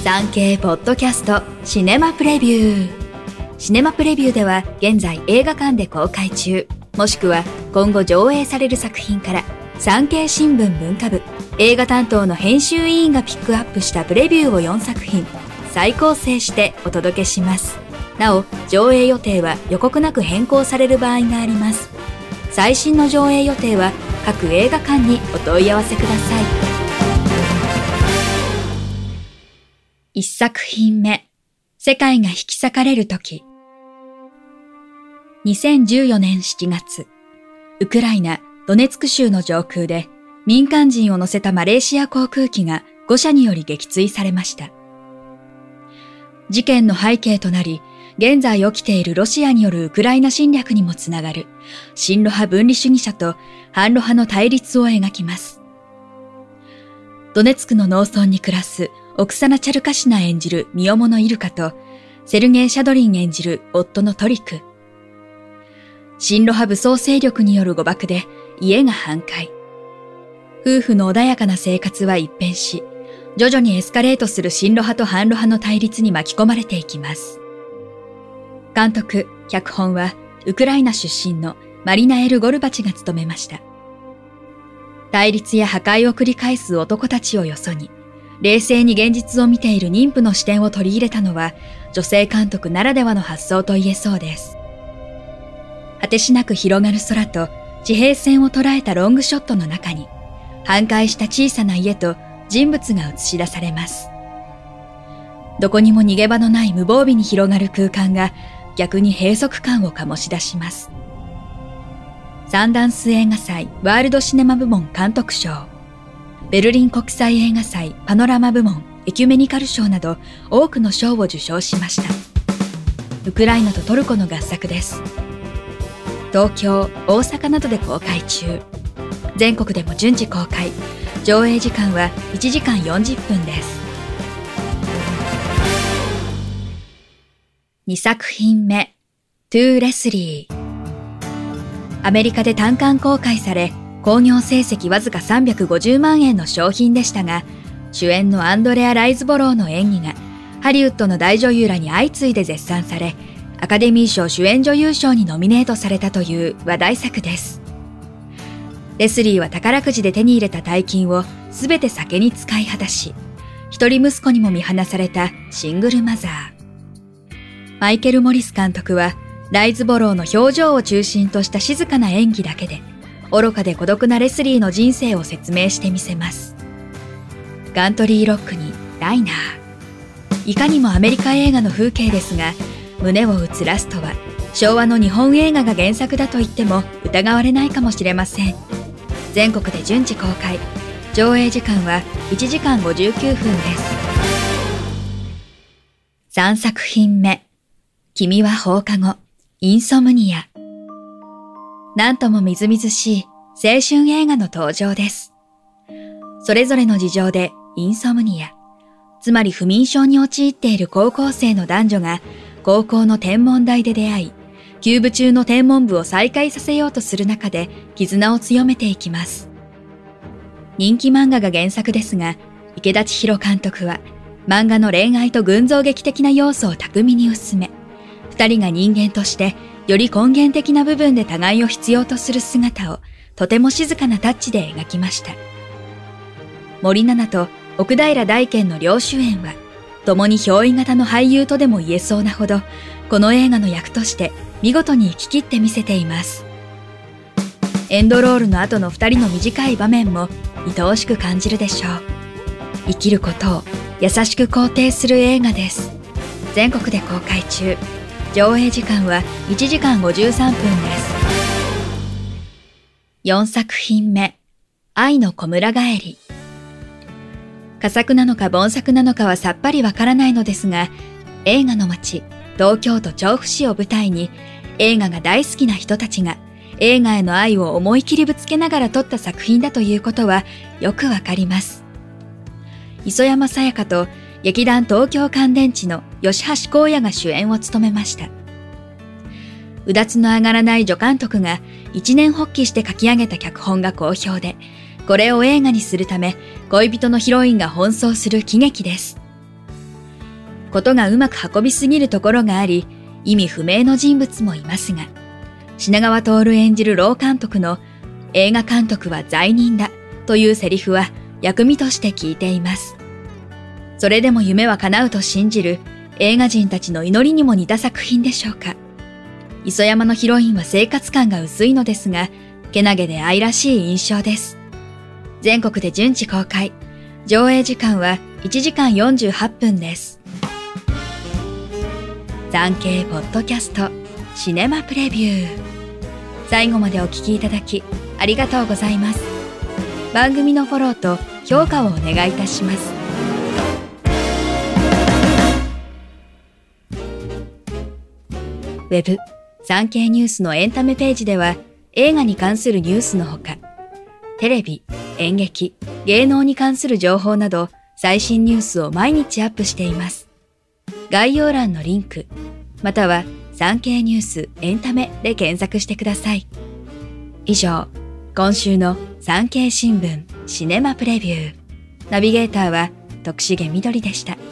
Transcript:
産経ポッドキャストシネマプレビュー。シネマプレビューでは現在映画館で公開中、もしくは今後上映される作品から産経新聞文化部映画担当の編集委員がピックアップしたプレビューを4作品再構成してお届けします。なお、上映予定は予告なく変更される場合があります。最新の上映予定は各映画館にお問い合わせください。1作品目、世界が引き裂かれるとき。2014年7月、ウクライナ・ドネツク州の上空で民間人を乗せたマレーシア航空機が誤射により撃墜されました。事件の背景となり、現在起きているロシアによるウクライナ侵略にもつながる親ロ派分離主義者と反ロ派の対立を描きます。ドネツクの農村に暮らすオクサナ・チャルカシナ演じる身重のイルカとセルゲイ・シャドリン演じる夫のトリク。親ロ派武装勢力による誤爆で家が半壊。夫婦の穏やかな生活は一変し、徐々にエスカレートする親ロ派と反ロ派の対立に巻き込まれていきます。監督、脚本はウクライナ出身のマリナエル・ゴルバチが務めました。対立や破壊を繰り返す男たちをよそに、冷静に現実を見ている妊婦の視点を取り入れたのは、女性監督ならではの発想と言えそうです。果てしなく広がる空と地平線を捉えたロングショットの中に、半壊した小さな家と人物が映し出されます。どこにも逃げ場のない無防備に広がる空間が逆に閉塞感を醸し出します。サンダンス映画祭ワールドシネマ部門監督賞、ベルリン国際映画祭パノラマ部門エキュメニカル賞など多くの賞を受賞しました。ウクライナとトルコの合作です。東京、大阪などで公開中。全国でも順次公開。上映時間は1時間40分です。2作品目、トゥー・レスリー。アメリカで単館公開され、興行成績わずか350万円の商品でしたが、主演のアンドレア・ライズボローの演技がハリウッドの大女優らに相次いで絶賛され、アカデミー賞主演女優賞にノミネートされたという話題作です。レスリーは宝くじで手に入れた大金をすべて酒に使い果たし、一人息子にも見放されたシングルマザー。マイケル・モリス監督は、ライズボローの表情を中心とした静かな演技だけで、愚かで孤独なレスリーの人生を説明してみせます。ガントリーロックにライナー。いかにもアメリカ映画の風景ですが、胸を打つラストは昭和の日本映画が原作だと言っても疑われないかもしれません。全国で順次公開。上映時間は1時間59分です。3作品目、君は放課後、インソムニア。なんともみずみずしい青春映画の登場です。それぞれの事情でインソムニア、つまり不眠症に陥っている高校生の男女が高校の天文台で出会い、休部中の天文部を再開させようとする中で絆を強めていきます。人気漫画が原作ですが、池田千尋監督は漫画の恋愛と群像劇的な要素を巧みに薄め、二人が人間としてより根源的な部分で互いを必要とする姿をとても静かなタッチで描きました。森七菜と奥平大賢の両主演は、共に憑依型の俳優とでも言えそうなほど、この映画の役として見事に生き切って見せています。エンドロールの後の二人の短い場面も愛おしく感じるでしょう。生きることを優しく肯定する映画です。全国で公開中。上映時間は1時間53分です。4作品目、愛のこむら返り。佳作なのか凡作なのかはさっぱりわからないのですが、映画の街、東京都調布市を舞台に、映画が大好きな人たちが映画への愛を思い切りぶつけながら撮った作品だということはよくわかります。磯山さやかと劇団東京乾電池の吉橋光也が主演を務めました。うだつの上がらない助監督が一念発起して書き上げた脚本が好評で、これを映画にするため恋人のヒロインが奔走する喜劇です。 ことがうまく運びすぎるところがあり、意味不明の人物もいますが、品川徹演じる老監督の映画監督は罪人だというセリフは薬味として効いています。それでも夢は叶うと信じる映画人たちの祈りにも似た作品でしょうか。磯山のヒロインは生活感が薄いのですが、けなげで愛らしい印象です。全国で順次公開。上映時間は1時間48分です。産経ポッドキャストシネマプレビュー。最後までお聞きいただきありがとうございます。番組のフォローと評価をお願いいたします。ウェブ産経ニュースのエンタメページでは映画に関するニュースのほか、テレビ、演劇、芸能に関する情報など最新ニュースを毎日アップしています。概要欄のリンク、または産経ニュースエンタメで検索してください。以上、今週の産経新聞シネマプレビュー。ナビゲーターは徳重みどりでした。